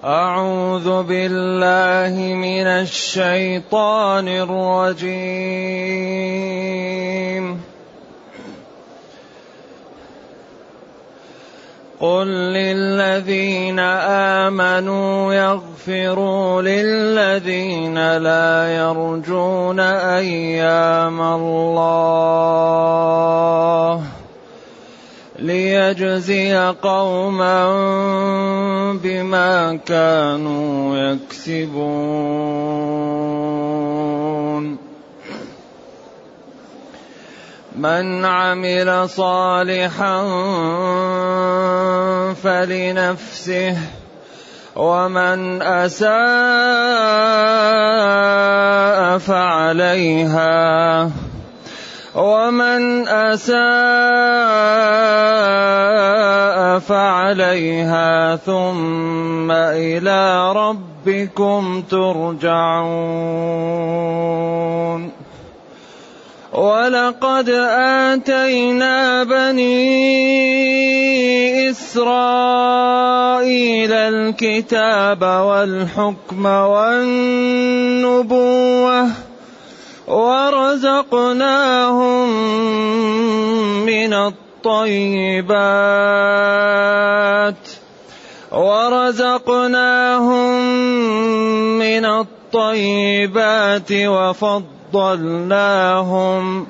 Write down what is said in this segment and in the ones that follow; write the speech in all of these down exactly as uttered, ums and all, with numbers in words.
أعوذ بالله من الشيطان الرجيم. قل للذين آمنوا يغفروا للذين لا يرجون أيام الله ليجزي قوما بما كانوا يكسبون. من عمل صالحا فلنفسه ومن أساء فعليها ومن أساء فعليها ثم إلى ربكم ترجعون. ولقد آتينا بني إسرائيل الكتاب والحكم والنبوة ورزقناهم من الطيبات ورزقناهم من الطيبات وفضلناهم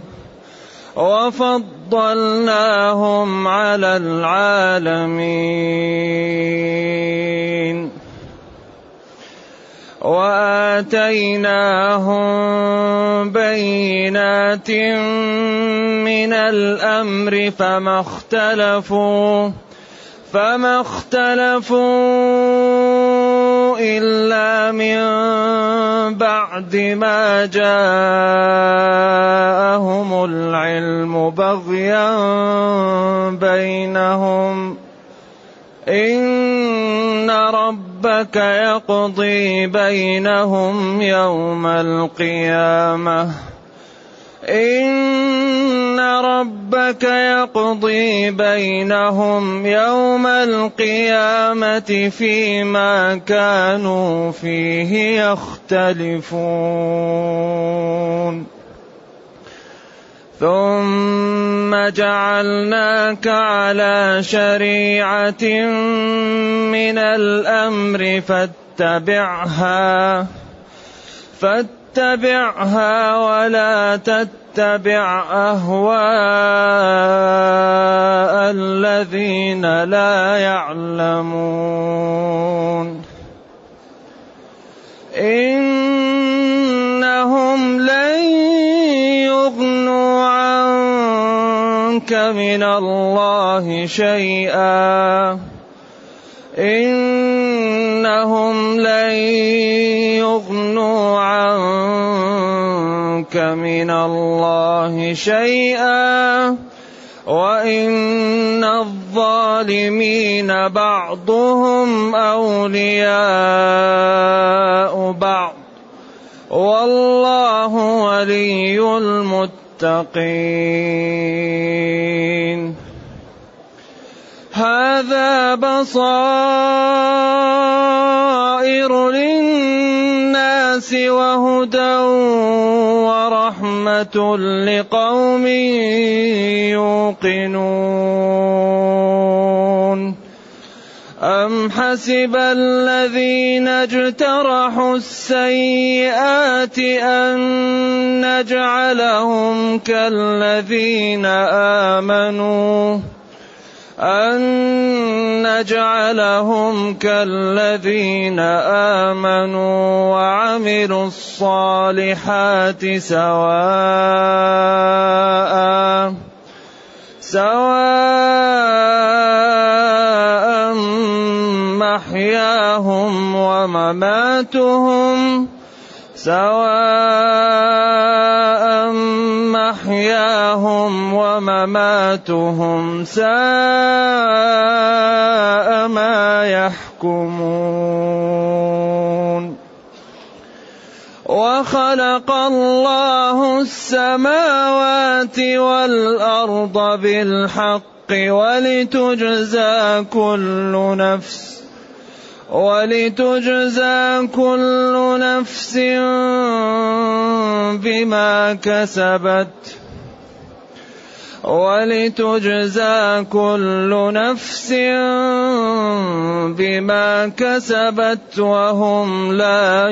وفضلناهم على العالمين وآتيناهم بينات من الأمر فما اختلفوا فما اختلفوا إلا من بعد ما جاءهم العلم بغيا بينهم. إن ربك يقضي بينهم يوم القيامة إن ربك يقضي بينهم يوم القيامة فيما كانوا فيه يختلفون. ثم جعلناك على شريعة من الأمر فاتبعها فاتبعها ولا تتبع أهواء الذين لا يعلمون. إنهم لن يغنوا عنك من الله شيئا إنهم لن يغنوا عنك من الله شيئا وإن الظالمين بعضهم أولياء بعض والله ولي المتقين. هذا بصائر للناس وهدى ورحمة لقوم يوقنون. أم حسب الذين اجترحوا السيئات أن نجعلهم كالذين آمنوا أن نجعلهم كالذين آمنوا وعملوا الصالحات سواء سواء محياهم ومماتهم سواء محياهم ومماتهم ساء ما يحكمون. وخلق الله السماوات والأرض بالحق ولتجزى كل نفس ولتجزى كل نفس بما كسبت ولتجزى كل نفس بما كسبت وهم لا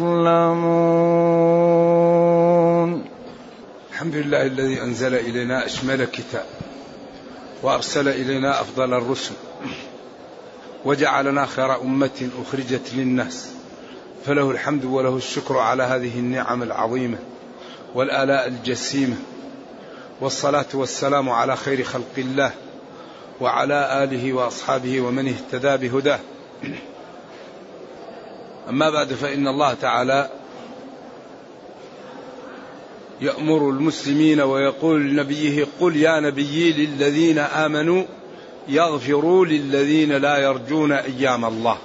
يظلمون. الحمد لله الذي أنزل إلينا أشمل كتاب وأرسل إلينا أفضل الرسل وجعلنا خير أمة أخرجت للناس، فله الحمد وله الشكر على هذه النعم العظيمة والآلاء الجسيمة، والصلاة والسلام على خير خلق الله وعلى آله وأصحابه ومن اهتدى بهداه. أما بعد، فإن الله تعالى يأمر المسلمين ويقول لنبيه: قل يا نبي للذين آمنوا يغفروا للذين لا يرجون أيام الله.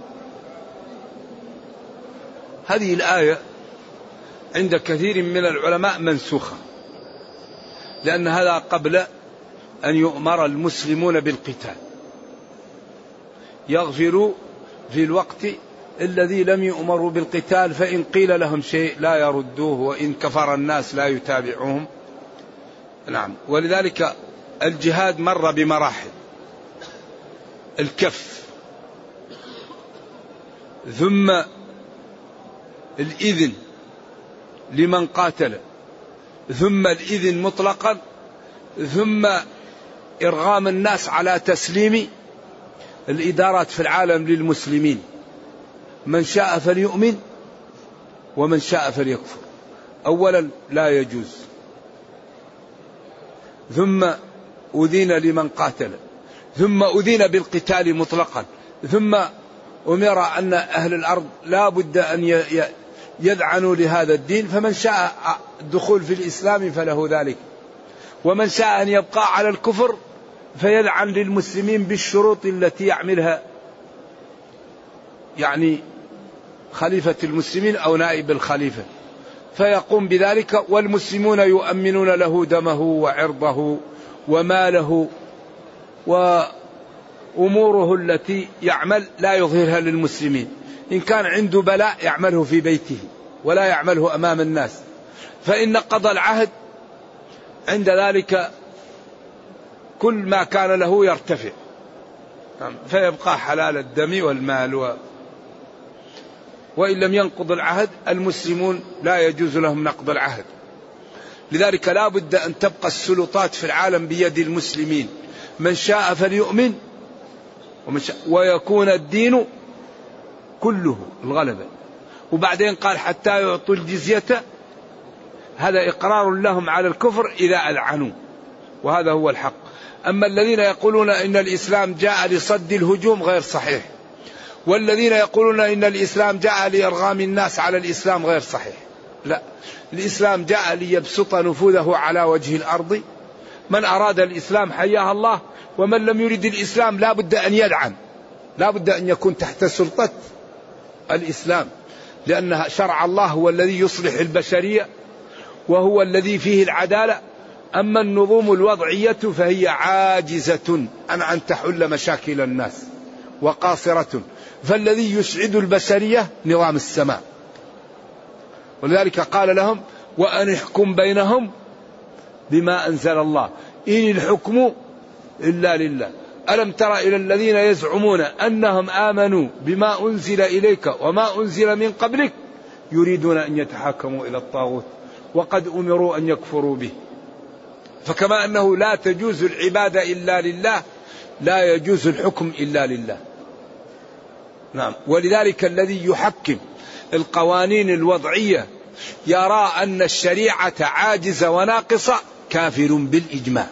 هذه الآية عند كثير من العلماء منسوخة، لأن هذا قبل أن يؤمر المسلمون بالقتال. يغفروا في الوقت الذي لم يؤمروا بالقتال، فإن قيل لهم شيء لا يردوه، وإن كفر الناس لا يتابعوهم. نعم. ولذلك الجهاد مر بمراحل: الكف، ثم الإذن لمن قاتل، ثم الإذن مطلقا، ثم إرغام الناس على تسليم الإدارات في العالم للمسلمين، من شاء فليؤمن ومن شاء فليكفر. أولا لا يجوز، ثم أذين لمن قاتل، ثم أذين بالقتال مطلقا، ثم أمر أن أهل الأرض لا بد أن يذعنوا لهذا الدين، فمن شاء الدخول في الإسلام فله ذلك، ومن شاء أن يبقى على الكفر فيذعن للمسلمين بالشروط التي يعملها يعني خليفة المسلمين أو نائب الخليفة، فيقوم بذلك، والمسلمون يؤمنون له دمه وعرضه وماله وأموره التي يعمل لا يظهرها للمسلمين. إن كان عنده بلاء يعمله في بيته ولا يعمله أمام الناس، فإن نقض العهد عند ذلك كل ما كان له يرتفع، فيبقى حلال الدم والمال و... وإن لم ينقض العهد المسلمون لا يجوز لهم نقض العهد. لذلك لا بد أن تبقى السلطات في العالم بيد المسلمين، من شاء فليؤمن ومن شاء، ويكون الدين كله الغلبة. وبعدين قال: حتى يعطوا الجزية، هذا إقرار لهم على الكفر إذا أذعنوا، وهذا هو الحق. أما الذين يقولون إن الإسلام جاء لصد الهجوم غير صحيح، والذين يقولون إن الإسلام جاء لإرغام الناس على الإسلام غير صحيح. لا، الإسلام جاء ليبسط نفوذه على وجه الأرض، من أراد الإسلام حياه الله، ومن لم يرد الإسلام لا بد أن يدعم، لا بد أن يكون تحت سلطة الإسلام، لأن شرع الله هو الذي يصلح البشرية وهو الذي فيه العدالة. أما النظم الوضعية فهي عاجزة عن أن تحل مشاكل الناس وقاصرة، فالذي يسعد البشرية نظام السماء. ولذلك قال لهم: وأن احكم بينهم بما أنزل الله إن الحكم إلا لله. ألم تر إلى الذين يزعمون أنهم آمنوا بما أنزل إليك وما أنزل من قبلك يريدون أن يتحاكموا إلى الطاغوت وقد أمروا أن يكفروا به. فكما أنه لا تجوز العبادة إلا لله، لا يجوز الحكم إلا لله. نعم. ولذلك الذي يحكم القوانين الوضعية يرى أن الشريعة عاجزة وناقصة كافر بالإجماع.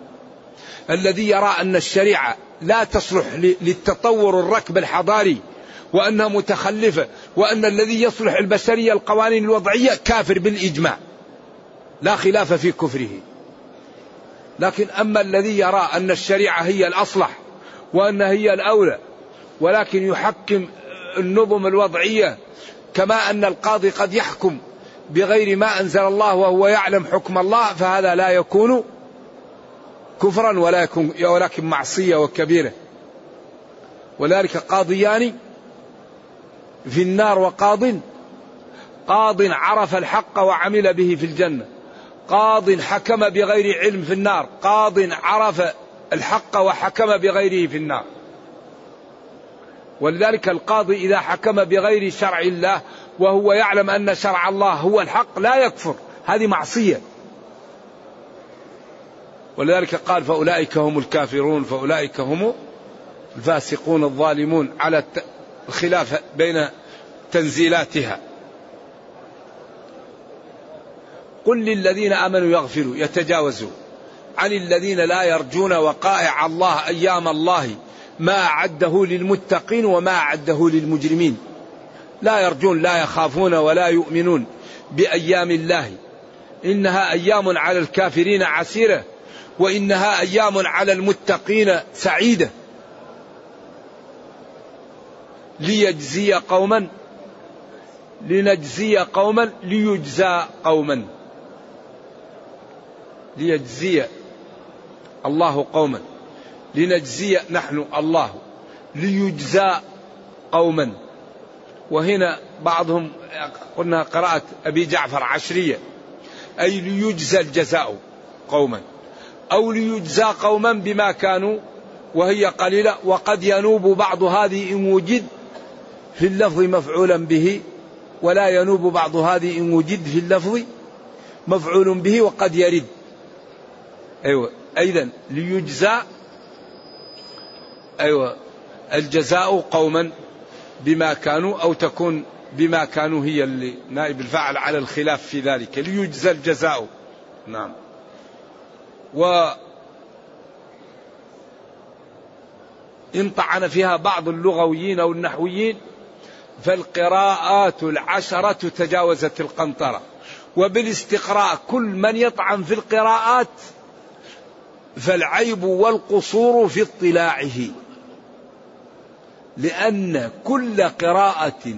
الذي يرى أن الشريعة لا تصلح للتطور الركب الحضاري وأنها متخلفة، وأن الذي يصلح البشرية القوانين الوضعية كافر بالإجماع، لا خلاف في كفره. لكن أما الذي يرى أن الشريعة هي الأصلح وأنها هي الأولى، ولكن يحكم النظم الوضعية، كما أن القاضي قد يحكم بغير ما أنزل الله وهو يعلم حكم الله، فهذا لا يكون كفرا ولا يكون ولكن معصية وكبيرة. ولذلك قاضيان في النار وقاض؟ قاض عرف الحق وعمل به في الجنة، قاض حكم بغير علم في النار، قاض عرف الحق وحكم بغيره في النار. ولذلك القاضي إذا حكم بغير شرع الله وهو يعلم أن شرع الله هو الحق لا يكفر، هذه معصية. ولذلك قال فأولئك هم الكافرون، فأولئك هم الفاسقون الظالمون، على الخلاف بين تنزيلاتها. قل للذين آمنوا يغفروا يتجاوزوا عن الذين لا يرجون وقائع الله أيام الله ما أعده للمتقين وما أعده للمجرمين. لا يرجون، لا يخافون ولا يؤمنون بأيام الله، إنها أيام على الكافرين عسيرة وإنها أيام على المتقين سعيدة. ليجزي قوما لنجزي قوما ليجزى قوما، ليجزي الله قوما، لنجزي نحن الله، ليجزى قوما. وهنا بعضهم قلنا قراءة أبي جعفر عشرية، أي ليجزى الجزاء قوما، أو ليجزى قوما بما كانوا وهي قليلة. وقد ينوب بعض هذه إن وجد في اللفظ مفعولا به، ولا ينوب بعض هذه إن وجد في اللفظ مفعول به وقد يرد. أيوة أيضا ليجزى أيوة الجزاء قوما بما كانوا، أو تكون بما كانوا هي اللي نائب الفاعل على الخلاف في ذلك، ليجزى الجزاء. نعم. وإن طعن فيها بعض اللغويين أو النحويين فالقراءات العشرة تجاوزت القنطرة. وبالاستقراء كل من يطعن في القراءات فالعيب والقصور في اطلاعه، لأن كل قراءة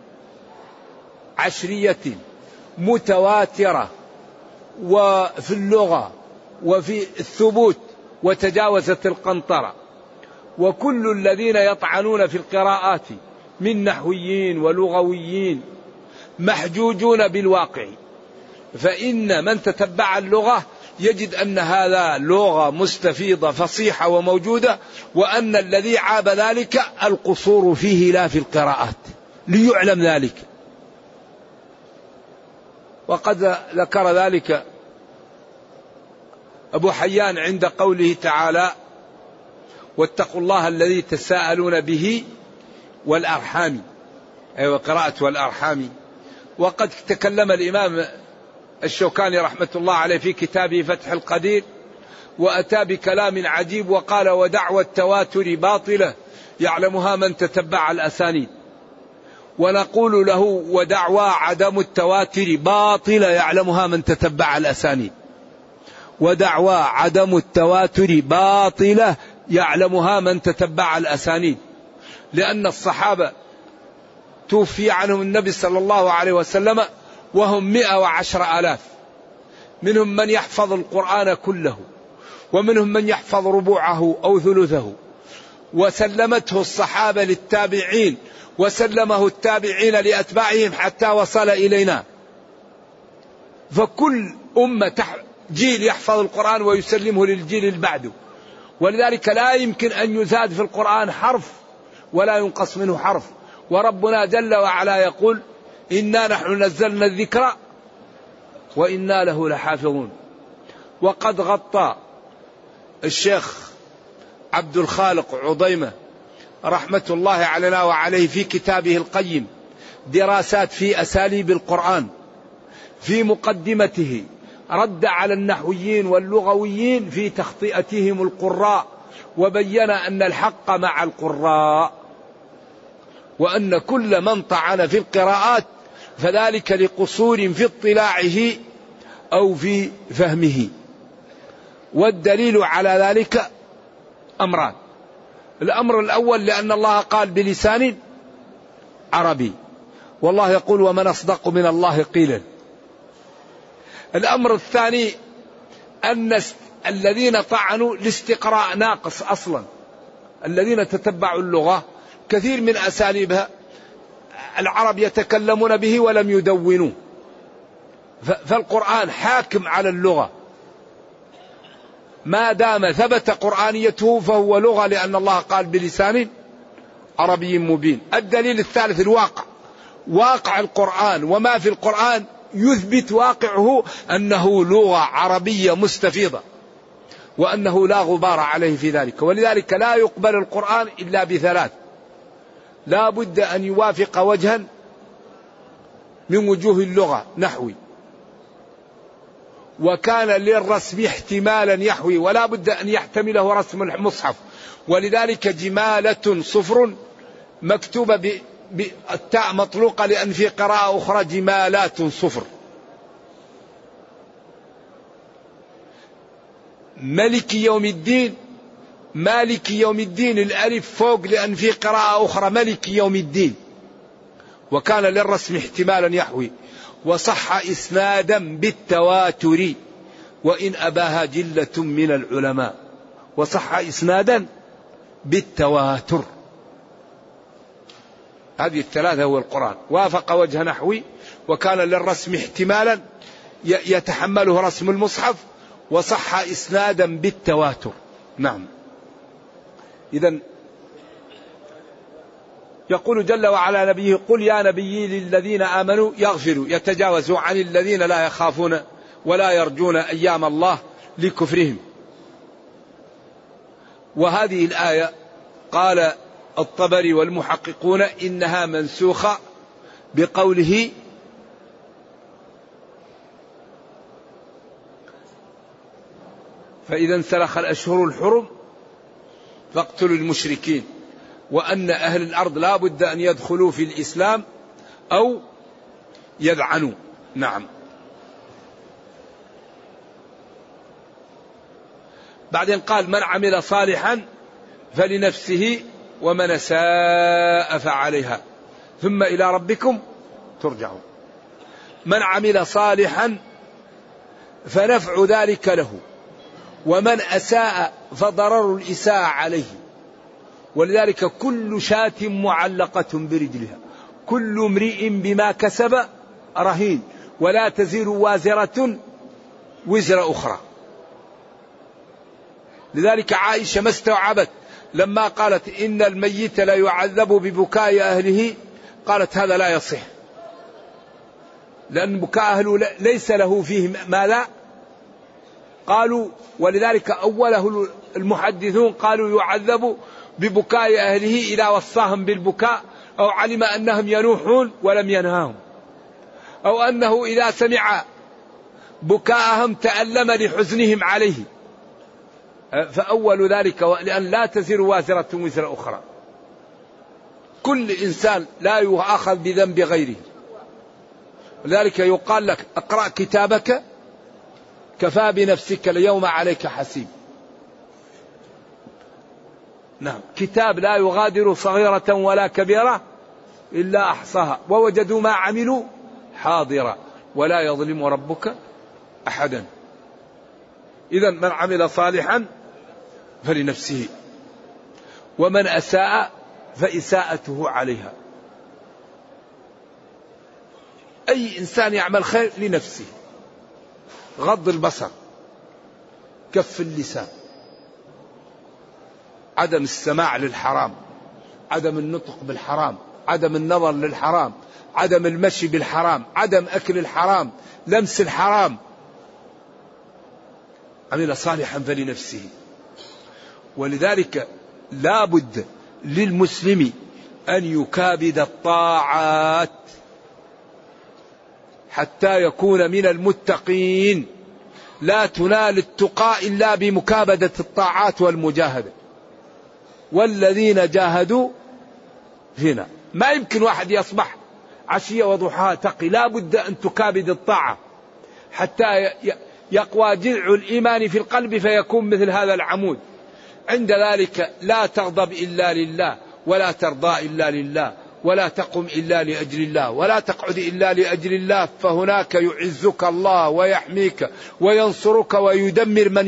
عشرية متواترة وفي اللغة وفي الثبوت وتجاوزت القنطرة، وكل الذين يطعنون في القراءات من نحويين ولغويين محجوجون بالواقع. فإن من تتبع اللغة يجد أن هذا لغة مستفيضة فصيحة وموجودة، وأن الذي عاب ذلك القصور فيه لا في القراءات، ليعلم ذلك. وقد ذكر ذلك أبو حيان عند قوله تعالى واتقوا الله الذي تساءلون به والأرحام، أي أيوة قراءة والأرحام. وقد تكلم الإمام الشوكاني رحمة الله عليه في كتابه فتح القدير وأتى بكلام عجيب وقال ودعوى التواتر باطلة يعلمها من تتبع الأسانيد. ونقول له ودعوى عدم التواتر باطلة يعلمها من تتبع الأسانيد. ودعوى عدم التواتر باطلة يعلمها من تتبع الأسانيد، لأن الصحابة توفي عنهم النبي صلى الله عليه وسلم وهم مئة وعشر آلاف، منهم من يحفظ القرآن كله ومنهم من يحفظ ربوعه أو ثلثه، وسلمته الصحابة للتابعين وسلمه التابعين لأتباعهم حتى وصل إلينا. فكل أمة جيل يحفظ القرآن ويسلمه للجيل اللي بعده، ولذلك لا يمكن أن يزاد في القرآن حرف ولا ينقص منه حرف. وربنا جل وعلا يقول إنا نحن نزلنا الذكر وإنا له لحافظون. وقد غطى الشيخ عبد الخالق عضيمة رحمة الله علينا وعليه في كتابه القيم دراسات في أساليب القرآن، في مقدمته رد على النحويين واللغويين في تخطئتهم القراء، وبين أن الحق مع القراء، وأن كل من طعن في القراءات فذلك لقصور في اطلاعه أو في فهمه. والدليل على ذلك أمران. الأمر الأول لأن الله قال بلسان عربي، والله يقول ومن أصدق من الله قيلا. الأمر الثاني أن الذين طعنوا الاستقراء ناقص أصلا. الذين تتبعوا اللغة كثير من أساليبها العرب يتكلمون به ولم يدونوه. فالقرآن حاكم على اللغة، ما دام ثبت قرآنيته فهو لغة، لأن الله قال بلسان عربي مبين. الدليل الثالث الواقع، واقع القرآن وما في القرآن يثبت واقعه أنه لغة عربية مستفيضة، وأنه لا غبار عليه في ذلك. ولذلك لا يقبل القرآن إلا بثلاث: لا بد أن يوافق وجها من وجوه اللغة نحوي، وكان للرسم احتمالا يحوي، ولا بد أن يحتمله رسم المصحف. ولذلك جمالة صفر مكتوبة بالتاء مطلوقة، لأن في قراءة أخرى جمالات صفر. ملك يوم الدين، مالك يوم الدين الألف فوق، لأن في قراءة أخرى ملك يوم الدين، وكان للرسم احتمالا يحوي. وصح إسنادا بالتواتر وإن أباها جلة من العلماء. وصح إسنادا بالتواتر. هذه الثلاثة هو القرآن، وافق وجه نحوي، وكان للرسم احتمالا يتحمله رسم المصحف، وصح إسنادا بالتواتر. نعم. إذن يقول جل وعلا نبيه: قل يا نبي للذين آمنوا يغفروا، يتجاوزوا عن الذين لا يخافون ولا يرجون أيام الله لكفرهم. وهذه الآية قال الطبري والمحققون إنها منسوخة بقوله: فإذا انسلخ الأشهر الحرم فاقتلوا المشركين، وأن أهل الأرض لا بد أن يدخلوا في الإسلام أو يذعنوا. نعم. بعدين قال: من عمل صالحا فلنفسه ومن ساء فعليها ثم إلى ربكم ترجعون. من عمل صالحا فنفع ذلك له، ومن أساء فضرر الإساءة عليه. ولذلك كل شاة معلقة برجلها، كل امرئ بما كسب رهين، ولا تزر وازرة وزر أخرى. لذلك عائشة ما استوعبت لما قالت إن الميت لا يعذب ببكاء أهله، قالت هذا لا يصح، لأن بكاء أهله ليس له فيه ما لا. قالوا ولذلك أوله المحدثون قالوا يعذب ببكاء أهله إذا وصاهم بالبكاء، أو علم أنهم ينوحون ولم ينهاهم، أو أنه إذا سمع بكاءهم تألم لحزنهم عليه. فأول ذلك لأن لا تزر وازرة وزر أخرى، كل إنسان لا يؤاخذ بذنب غيره. لذلك يقال لك: اقرأ كتابك كفى بنفسك اليوم عليك حسيب. نعم. كتاب لا يغادر صغيرة ولا كبيرة إلا أحصاها ووجدوا ما عملوا حاضرا ولا يظلم ربك أحدا. إذن من عمل صالحا فلنفسه، ومن أساء فإساءته عليها. أي إنسان يعمل خير لنفسه: غض البصر، كف اللسان، عدم السماع للحرام، عدم النطق بالحرام، عدم النظر للحرام، عدم المشي بالحرام، عدم أكل الحرام، لمس الحرام. عمل صالحا فلنفسه. ولذلك لا بد للمسلم أن يكابد الطاعات حتى يكون من المتقين. لا تنال التقى إلا بمكابدة الطاعات والمجاهدة. والذين جاهدوا فينا. ما يمكن واحد يصبح عشية وضحاها تقي، لا بد أن تكابد الطاعة حتى يقوى جذع الإيمان في القلب فيكون مثل هذا العمود. عند ذلك لا تغضب إلا لله، ولا ترضى إلا لله، ولا تقم إلا لأجل الله، ولا تقعد إلا لأجل الله. فهناك يعزك الله ويحميك وينصرك ويدمر من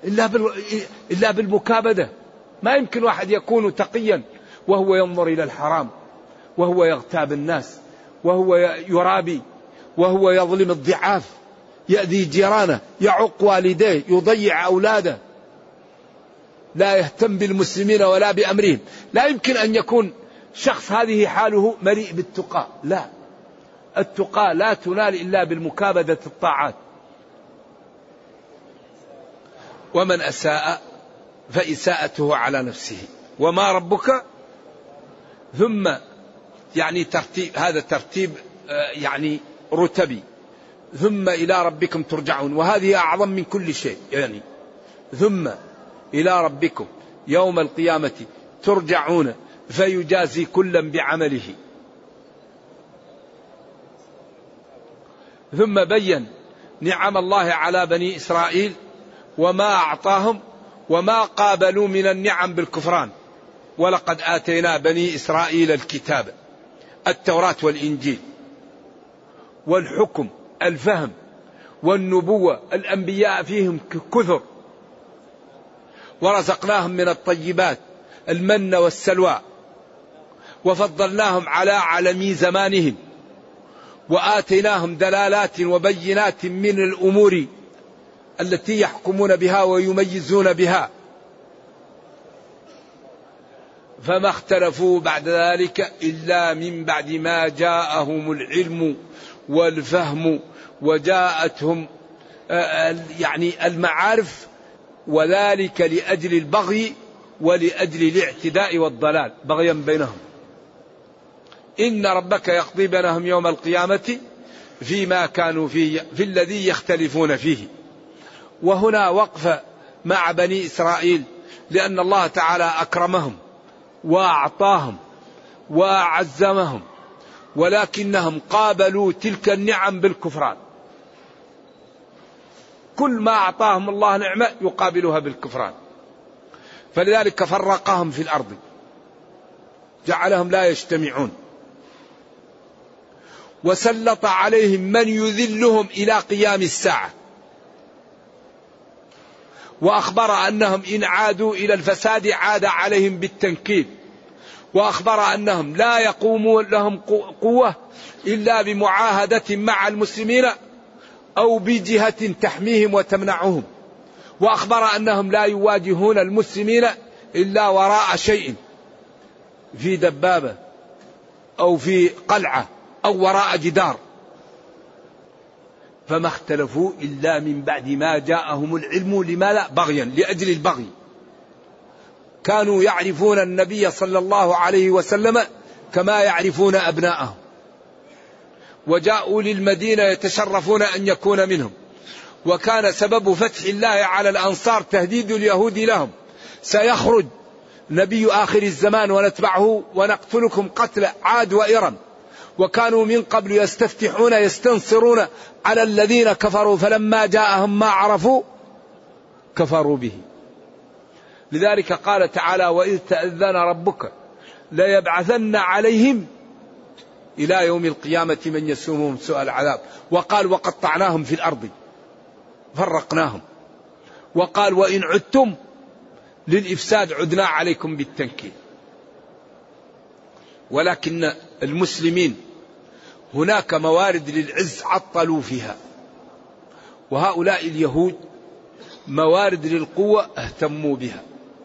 إلا, إلا بالمكابدة. ما يمكن واحد يكون تقيا وهو ينظر إلى الحرام، وهو يغتاب الناس، وهو يرابي، وهو يظلم الضعاف، يأذي جيرانه، يعق والديه، يضيع أولاده، لا يهتم بالمسلمين ولا بأمرهم. لا يمكن أن يكون شخص هذه حاله مليء بالتقى. لا، التقى لا تنال إلا بالمكابدة الطاعات. ومن أساء فإساءته على نفسه وما ربك. ثم يعني ترتيب، هذا ترتيب يعني رتبي. ثم إلى ربكم ترجعون، وهذه أعظم من كل شيء. يعني ثم إلى ربكم يوم القيامة ترجعون فيجازي كلا بعمله. ثم بين نعم الله على بني إسرائيل وما أعطاهم وما قابلوا من النعم بالكفران. ولقد آتينا بني إسرائيل الكتاب، التوراة والإنجيل، والحكم، الفهم، والنبوة، الأنبياء فيهم كثر، ورزقناهم من الطيبات المن والسلوى، وفضلناهم على عالمي زمانهم، وآتيناهم دلالات وبينات من الأمور التي يحكمون بها ويميزون بها. فما اختلفوا بعد ذلك إلا من بعد ما جاءهم العلم والفهم وجاءتهم يعني المعارف، وذلك لأجل البغي ولأجل الاعتداء والضلال، بغيا بينهم. إن ربك يقضي بينهم يوم القيامة فيما كانوا فيه، في الذي يختلفون فيه. وهنا وقفة مع بني إسرائيل، لأن الله تعالى أكرمهم وأعطاهم وأعزمهم، ولكنهم قابلوا تلك النعم بالكفران. كل ما أعطاهم الله نعمة يقابلها بالكفران، فلذلك فرقهم في الأرض، جعلهم لا يجتمعون، وسلط عليهم من يذلهم إلى قيام الساعة، وأخبر أنهم إن عادوا إلى الفساد عاد عليهم بالتنكيل، وأخبر أنهم لا يقوم لهم قوة إلا بمعاهدة مع المسلمين أو بجهة تحميهم وتمنعهم، وأخبر أنهم لا يواجهون المسلمين إلا وراء شيء، في دبابة أو في قلعة أو وراء جدار. فما اختلفوا إلا من بعد ما جاءهم العلم. لماذا؟ بغيا، لأجل البغي. كانوا يعرفون النبي صلى الله عليه وسلم كما يعرفون أبناءهم، وجاءوا للمدينة يتشرفون أن يكون منهم. وكان سبب فتح الله على الأنصار تهديد اليهود لهم: سيخرج نبي آخر الزمان ونتبعه ونقتلكم قتل عاد وإرم. وكانوا من قبل يستفتحون يستنصرون على الذين كفروا، فلما جاءهم ما عرفوا كفروا به. لذلك قال تعالى: وإذ تأذن ربك ليبعثن عليهم إلى يوم القيامة من يسومهم سوء العذاب. وقال: وقطعناهم في الأرض فرقناهم. وقال: وإن عدتم للإفساد عدنا عليكم بالتنكيل. ولكن المسلمين هناك موارد للعز عطلوا فيها، وهؤلاء اليهود موارد للقوة اهتموا بها.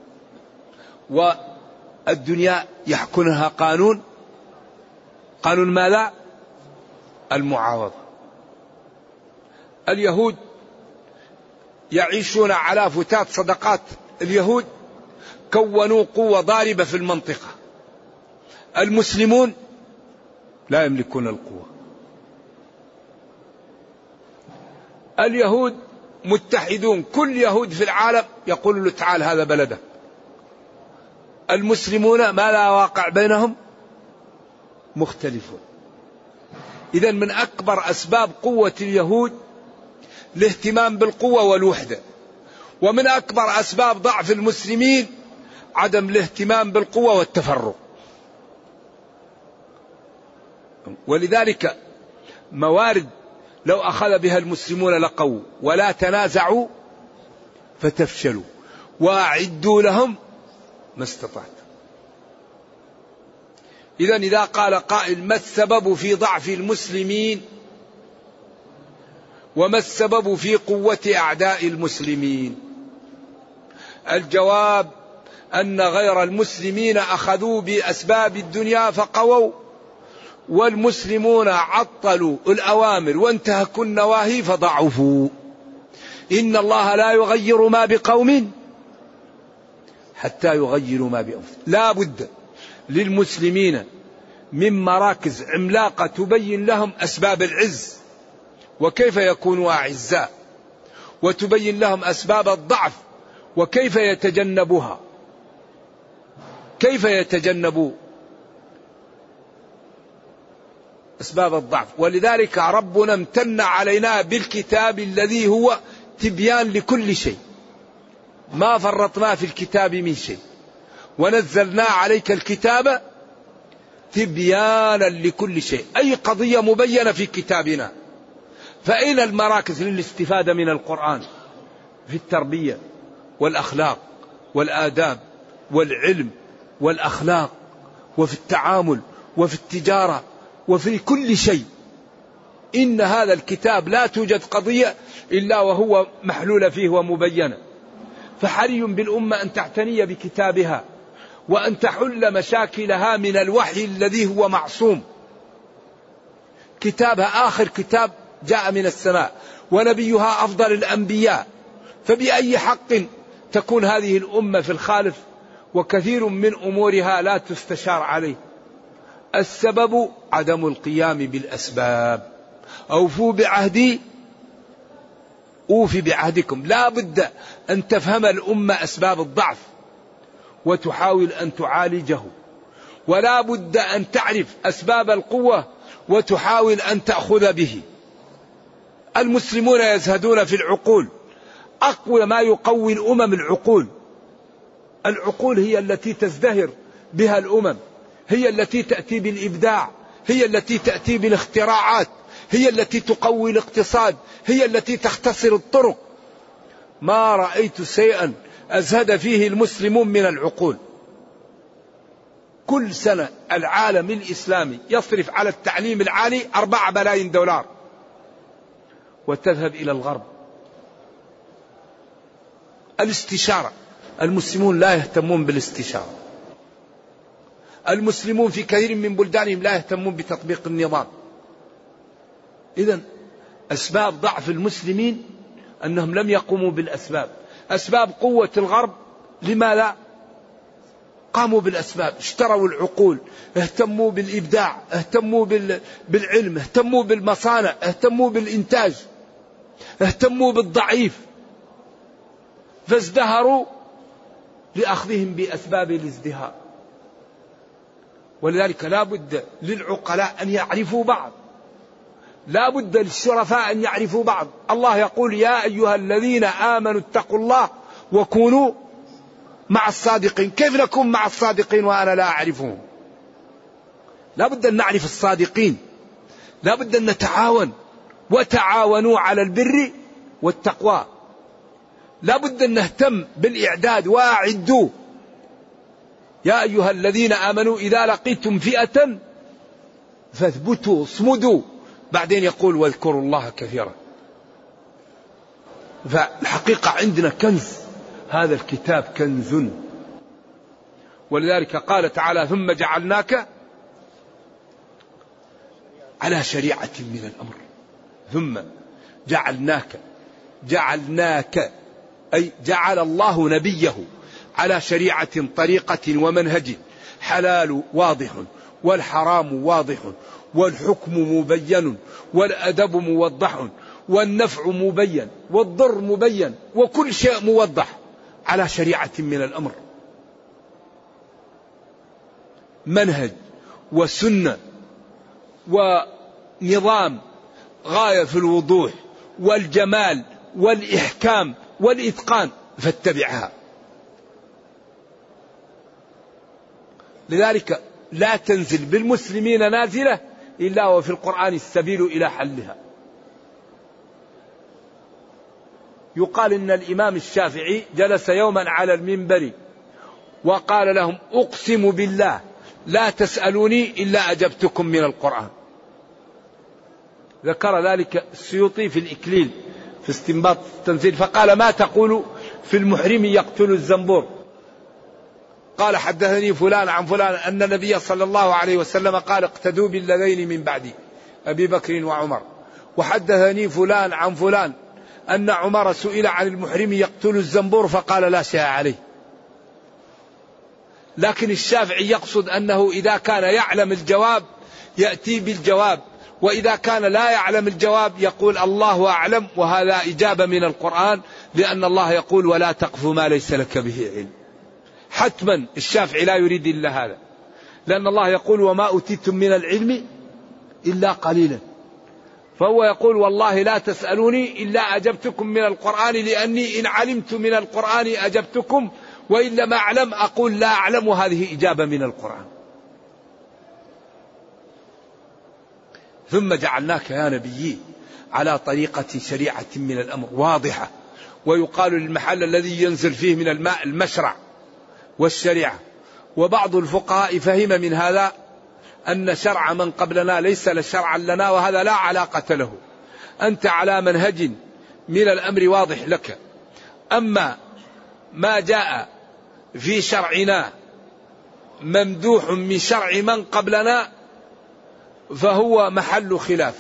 والدنيا يحكمها قانون، قانون ماذا؟ المعاوضة. اليهود يعيشون على فتات صدقات اليهود، كونوا قوة ضاربة في المنطقة. المسلمون لا يملكون القوة. اليهود متحدون، كل يهود في العالم يقول له: تعال هذا بلدك. المسلمون ما لا واقع بينهم مختلفون. إذن من أكبر أسباب قوة اليهود الاهتمام بالقوة والوحدة، ومن أكبر أسباب ضعف المسلمين عدم الاهتمام بالقوة والتفرق. ولذلك موارد لو أخذ بها المسلمون لقووا، ولا تنازعوا فتفشلوا وأعدوا لهم ما استطعتم. إذن إذا قال قائل ما السبب في ضعف المسلمين وما السبب في قوة أعداء المسلمين؟ الجواب أن غير المسلمين أخذوا بأسباب الدنيا فقووا، والمسلمون عطلوا الأوامر وانتهكوا النواهي فضعفوا. إن الله لا يغير ما بقوم حتى يغيروا ما بأنفسهم. لا بد للمسلمين من مراكز عملاقة تبين لهم أسباب العز وكيف يكونوا أعزاء، وتبين لهم أسباب الضعف وكيف يتجنبوها. كيف يتجنبوا أسباب الضعف؟ ولذلك ربنا امتن علينا بالكتاب الذي هو تبيان لكل شيء، ما فرطنا في الكتاب من شيء، ونزلنا عليك الكتاب تبيانا لكل شيء. أي قضية مبينة في كتابنا. فأين المراكز للاستفادة من القرآن؟ في التربية والأخلاق والآداب والعلم والأخلاق، وفي التعامل وفي التجارة وفي كل شيء. إن هذا الكتاب لا توجد قضية إلا وهو محلول فيه ومبينة. فحري بالأمة أن تعتني بكتابها وأن تحل مشاكلها من الوحي الذي هو معصوم. كتابها آخر كتاب جاء من السماء، ونبيها أفضل الأنبياء، فبأي حق تكون هذه الأمة في الخالف وكثير من أمورها لا تستشار عليه؟ السبب عدم القيام بالأسباب. أوفوا بعهدي أوفي بعهدكم. لا بد أن تفهم الأمة أسباب الضعف وتحاول أن تعالجه، ولا بد أن تعرف أسباب القوة وتحاول أن تأخذ به. المسلمون يزهدون في العقول. أقوى ما يقوي الأمم العقول. العقول هي التي تزدهر بها الأمم، هي التي تأتي بالإبداع، هي التي تأتي بالاختراعات، هي التي تقوي الاقتصاد، هي التي تختصر الطرق. ما رأيت شيئا أزهد فيه المسلمون من العقول. كل سنة العالم الإسلامي يصرف على التعليم العالي أربعة بلايين دولار، وتذهب إلى الغرب. الاستشارة، المسلمون لا يهتمون بالاستشارة. المسلمون في كثير من بلدانهم لا يهتمون بتطبيق النظام. إذن أسباب ضعف المسلمين أنهم لم يقوموا بالأسباب. أسباب قوة الغرب لماذا؟ قاموا بالأسباب، اشتروا العقول، اهتموا بالإبداع، اهتموا بالعلم، اهتموا بالمصانع، اهتموا بالإنتاج، اهتموا بالضعيف، فازدهروا لأخذهم بأسباب الازدهار. ولذلك لا بد للعقلاء أن يعرفوا بعض، لا بد للشرفاء أن يعرفوا بعض. الله يقول يا أيها الذين آمنوا اتقوا الله وكونوا مع الصادقين. كيف نكون مع الصادقين وأنا لا أعرفهم؟ لا بد أن نعرف الصادقين، لا بد أن نتعاون. وتعاونوا على البر والتقوى. لا بد أن نهتم بالإعداد وأعدوا. يا أيها الذين آمنوا إذا لقيتم فئة فاثبتوا اصمدوا. بعدين يقول واذكروا الله كثيرا. فالحقيقة عندنا كنز، هذا الكتاب كنز. ولذلك قال تعالى ثم جعلناك على شريعة من الأمر. ثم جعلناك، جعلناك أي جعل الله نبيه على شريعة طريقة ومنهج. حلال واضح والحرام واضح والحكم مبين والأدب موضح والنفع مبين والضر مبين وكل شيء موضح على شريعة من الأمر. منهج وسنة ونظام غاية في الوضوح والجمال والإحكام والإتقان، فاتبعها. لذلك لا تنزل بالمسلمين نازلة إلا وفي القرآن السبيل إلى حلها. يقال إن الإمام الشافعي جلس يوما على المنبر وقال لهم أقسم بالله لا تسألوني إلا أجبتكم من القرآن. ذكر ذلك السيوطي في الإكليل في استنباط التنزيل، فقال ما تقول في المحرم يقتل الزنبور؟ قال حدثني فلان عن فلان أن النبي صلى الله عليه وسلم قال اقتدوا بالذين من بعدي أبي بكر وعمر، وحدثني فلان عن فلان أن عمر سئل عن المحرم يقتل الزنبور فقال لا شيء عليه. لكن الشافعي يقصد أنه إذا كان يعلم الجواب يأتي بالجواب، وإذا كان لا يعلم الجواب يقول الله أعلم، وهذا إجابة من القرآن، لأن الله يقول ولا تقف ما ليس لك به علم. حتما الشافعي لا يريد إلا هذا، لأن الله يقول وما أوتيتم من العلم إلا قليلا، فهو يقول والله لا تسألوني إلا أجبتكم من القرآن، لأني إن علمت من القرآن أجبتكم، وإن لم أعلم أقول لا أعلم، وهذه إجابة من القرآن. ثم جعلناك يا نبي على طريقة شريعة من الأمر واضحة، ويقال للمحل الذي ينزل فيه من الماء المشرع والشريعة. وبعض الفقهاء فهم من هذا أن شرع من قبلنا ليس شرعا لنا، وهذا لا علاقة له، أنت على منهج من الأمر واضح لك. أما ما جاء في شرعنا ممدوح من شرع من قبلنا فهو محل خلاف،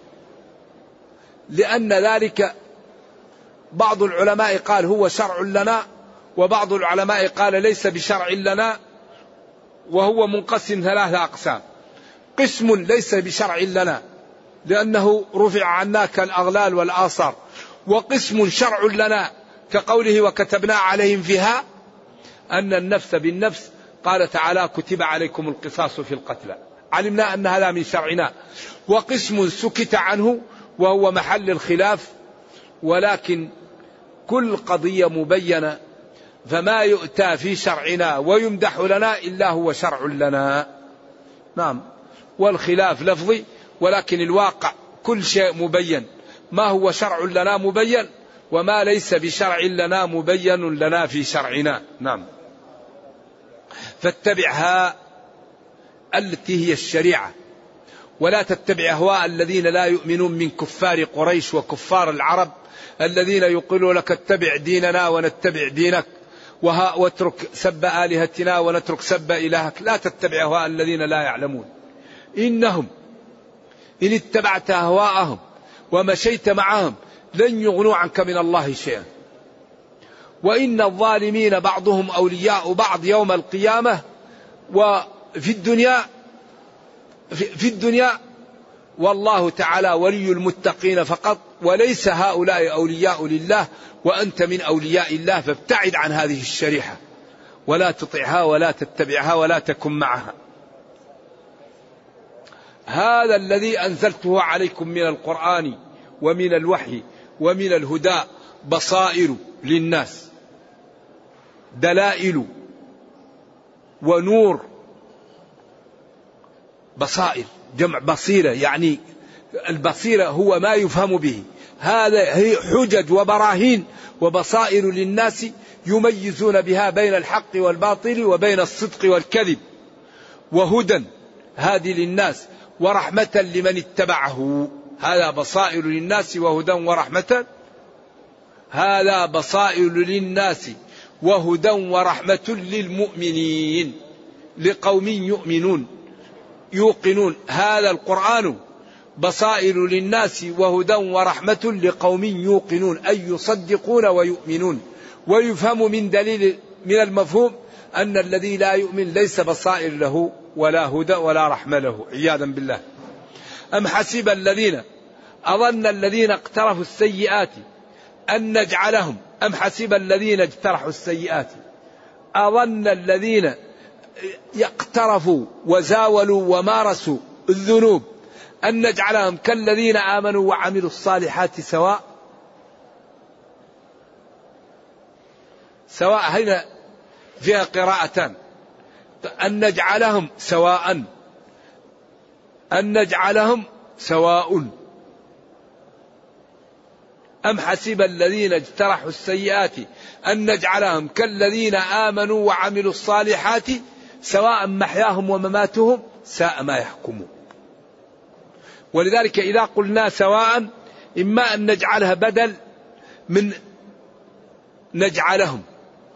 لأن ذلك بعض العلماء قال هو شرع لنا، وبعض العلماء قال ليس بشرع لنا، وهو منقسم ثلاثة أقسام. قسم ليس بشرع لنا لأنه رفع عنا كالأغلال والآثار، وقسم شرع لنا كقوله وكتبنا عليهم فيها أن النفس بالنفس، قال تعالى كتب عليكم القصاص في القتلى، علمنا أن هذا من شرعنا. وقسم سكت عنه وهو محل الخلاف، ولكن كل قضية مبينة، فما يؤتى في شرعنا ويمدح لنا إلا هو شرع لنا. نعم، والخلاف لفظي، ولكن الواقع كل شيء مبين، ما هو شرع لنا مبين، وما ليس بشرع لنا مبين لنا في شرعنا. نعم، فاتبعها التي هي الشريعة، ولا تتبع أهواء الذين لا يؤمنون من كفار قريش وكفار العرب الذين يقولون لك اتبع ديننا ونتبع دينك، واترك سب آلهتنا ونترك سب إلهك. لا تتبع أهواء الذين لا يعلمون، إنهم إن اتبعت أهواءهم ومشيت معهم لن يغنوا عنك من الله شيئا، وإن الظالمين بعضهم أولياء بعض يوم القيامة. وفي الدنيا في الدنيا والله تعالى ولي المتقين فقط، وليس هؤلاء أولياء لله، وأنت من أولياء الله، فابتعد عن هذه الشريحة ولا تطعها ولا تتبعها ولا تكن معها. هذا الذي أنزلته عليكم من القرآن ومن الوحي ومن الهدى بصائر للناس، دلائل ونور. بصائر جمع بصيرة، يعني البصيرة هو ما يفهم به، هذا هي حجج وبراهين وبصائر للناس يميزون بها بين الحق والباطل وبين الصدق والكذب، وهدى هادي للناس ورحمة لمن اتبعه. هذا بصائر للناس وهدى ورحمة، هذا بصائر للناس وهدى ورحمة للمؤمنين لقوم يؤمنون يوقنون. هذا القرآن بصائر للناس وهدى ورحمة لقوم يوقنون، أي يصدقون ويؤمنون. ويفهم من دليل من المفهوم أن الذي لا يؤمن ليس بصائر له ولا هدى ولا رحمة له، عياذا بالله. أم حسب الذين أظن الذين اقترفوا السيئات أن نجعلهم أم حسب الذين اجترحوا السيئات أظن الذين يقترفوا وزاولوا ومارسوا الذنوب أن نجعلهم كالذين آمنوا وعملوا الصالحات سواء سواء. هنا فيها قراءتان، أن نجعلهم سواء، أن نجعلهم سواء. أم حسب الذين اجترحوا السيئات أن نجعلهم كالذين آمنوا وعملوا الصالحات سواء محياهم ومماتهم ساء ما يحكمون. ولذلك إذا قلنا سواء إما أن نجعلها بدل من نجعلهم،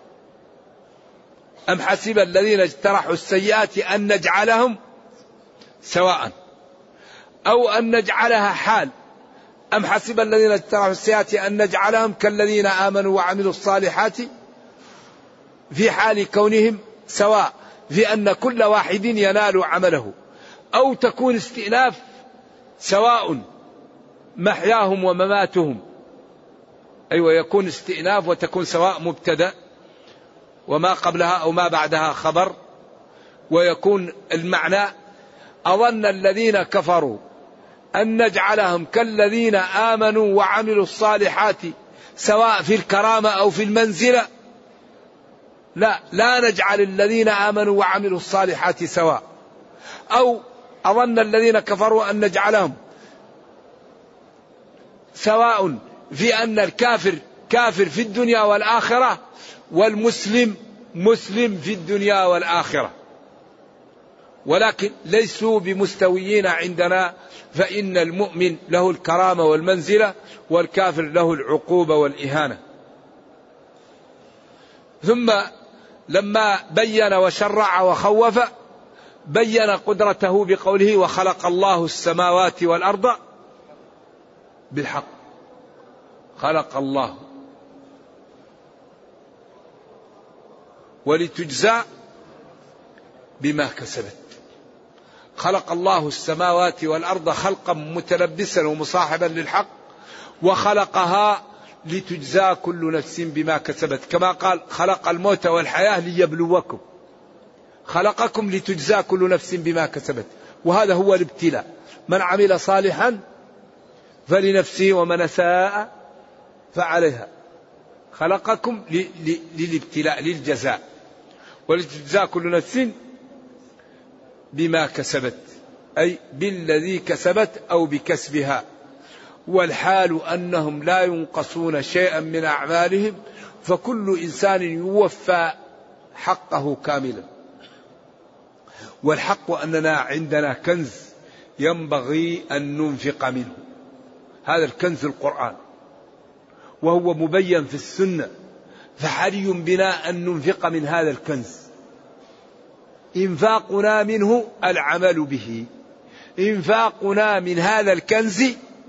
أم حسب الذين اجترحوا السيئات أن نجعلهم سواء، أو أن نجعلها حال، أم حسب الذين اجترحوا السيئات أن نجعلهم كالذين آمنوا وعملوا الصالحات، في حال كونهم سواء في أن كل واحد ينال عمله، أو تكون استئناف سواء محياهم ومماتهم. أيوة يكون استئناف وتكون سواء مبتدأ وما قبلها أو ما بعدها خبر، ويكون المعنى أظن الذين كفروا أن نجعلهم كالذين آمنوا وعملوا الصالحات سواء في الكرامة أو في المنزلة. لا لا نجعل الذين آمنوا وعملوا الصالحات سواء. أو أظن الذين كفروا أن نجعلهم سواء في أن الكافر كافر في الدنيا والآخرة والمسلم مسلم في الدنيا والآخرة، ولكن ليسوا بمستويين عندنا، فإن المؤمن له الكرامة والمنزلة والكافر له العقوبة والإهانة. ثم لما بين وشرع وخوف بين قدرته بقوله وخلق الله السماوات والأرض بالحق. خلق الله ولتجزى بما كسبت. خلق الله السماوات والأرض خلقا متلبسا ومصاحبا للحق، وخلقها لتجزى كل نفس بما كسبت، كما قال خلق الموت والحياة ليبلوكم. خلقكم لتجزى كل نفس بما كسبت، وهذا هو الابتلاء. من عمل صالحا فلنفسه ومن أساء فعليها. خلقكم للابتلاء للجزاء، ولتجزى كل نفس بما كسبت، أي بالذي كسبت أو بكسبها. والحال أنهم لا ينقصون شيئا من أعمالهم، فكل إنسان يوفى حقه كاملا. والحق أننا عندنا كنز ينبغي أن ننفق منه، هذا الكنز القرآن، وهو مبين في السنة، فحري بنا أن ننفق من هذا الكنز. إنفاقنا منه العمل به، إنفاقنا من هذا الكنز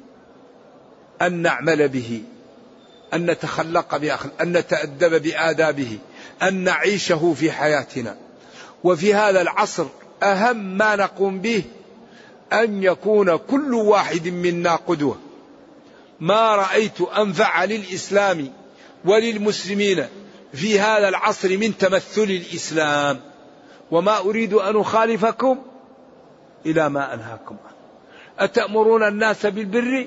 أن نعمل به، أن نتخلق بأخلاقه، أن نتأدب بآدابه، أن نعيشه في حياتنا. وفي هذا العصر أهم ما نقوم به أن يكون كل واحد منا قدوة. ما رأيت أنفع للإسلام وللمسلمين في هذا العصر من تمثل الإسلام، وما أريد أن أخالفكم إلى ما أنهاكم عنه. أتأمرون الناس بالبر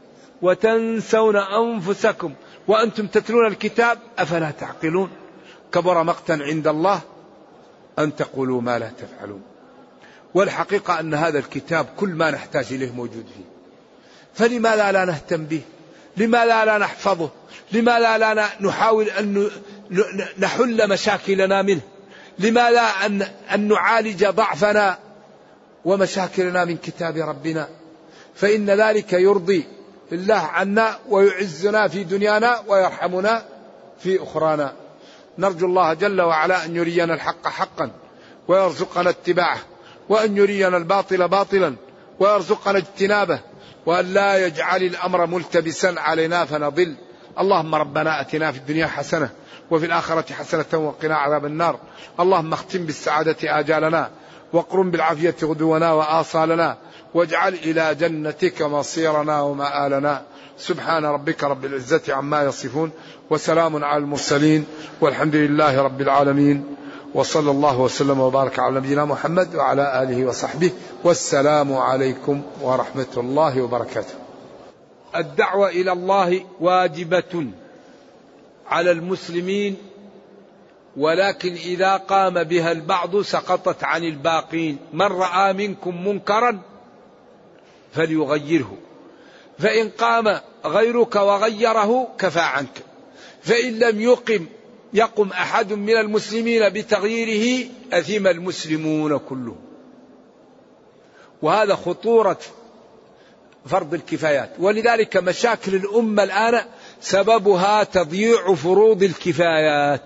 وتنسون أنفسكم وأنتم تتلون الكتاب أفلا تعقلون. كبر مقتا عند الله أن تقولوا ما لا تفعلون. والحقيقة أن هذا الكتاب كل ما نحتاج إليه موجود فيه، فلماذا لا نهتم به؟ لماذا لا نحفظه؟ لماذا لا نحاول أن نحل مشاكلنا منه؟ لماذا أن, أن نعالج ضعفنا ومشاكلنا من كتاب ربنا؟ فإن ذلك يرضي الله عنا ويعزنا في دنيانا ويرحمنا في أخرانا. نرجو الله جل وعلا أن يرينا الحق حقا ويرزقنا اتباعه، وأن يرينا الباطل باطلا ويرزقنا اجتنابه، وأن لا يجعل الأمر ملتبسا علينا فنضل. اللهم ربنا أتنا في الدنيا حسنة وفي الآخرة حسنة وقنا عذاب النار. اللهم اختم بالسعادة آجالنا، واقرم بالعافية غدونا وآصالنا، واجعل إلى جنتك مصيرنا ومآلنا. سبحان ربك رب العزة عما يصفون، وسلام على المرسلين، والحمد لله رب العالمين، وصلى الله وسلم وبارك على نبينا محمد وعلى آله وصحبه، والسلام عليكم ورحمة الله وبركاته. الدعوة إلى الله واجبة على المسلمين، ولكن إذا قام بها البعض سقطت عن الباقين. من رأى منكم منكرا فليغيره، فإن قام غيرك وغيره كفى عنك. فإن لم يقم يقم أحد من المسلمين بتغييره أثم المسلمون كلهم. وهذا خطورة فرض الكفايات. ولذلك مشاكل الأمة الآن سببها تضييع فروض الكفايات.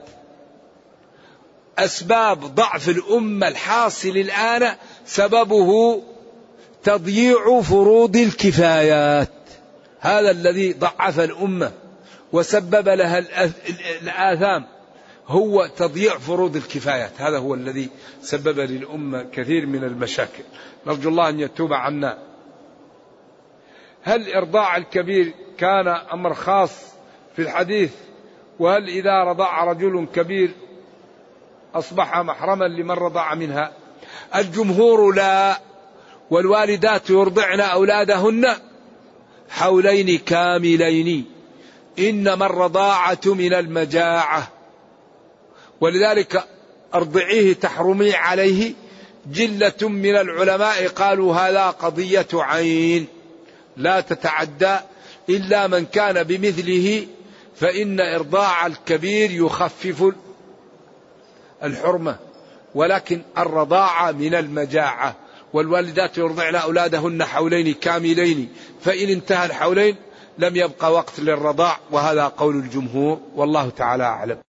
أسباب ضعف الأمة الحاصل الآن سببه تضييع فروض الكفايات. هذا الذي ضعف الأمة وسبب لها الآثام هو تضييع فروض الكفايات. هذا هو الذي سبب للأمة كثير من المشاكل. نرجو الله أن يتوب عنا. هل إرضاع الكبير كان أمر خاص في الحديث؟ وهل إذا رضع رجل كبير أصبح محرما لمن رضع منها؟ الجمهور لا، والوالدات يرضعن أولادهن حولين كاملين، إنما الرضاعة من المجاعة، ولذلك أرضعيه تحرمي عليه. جلة من العلماء قالوا هذا قضية عين لا تتعدى إلا من كان بمثله، فإن إرضاع الكبير يخفف الحرمة، ولكن الرضاعة من المجاعة. والوالدات يرضعن أولادهن حولين كاملين، فإن انتهى الحولين لم يبقى وقت للرضاع، وهذا قول الجمهور والله تعالى أعلم.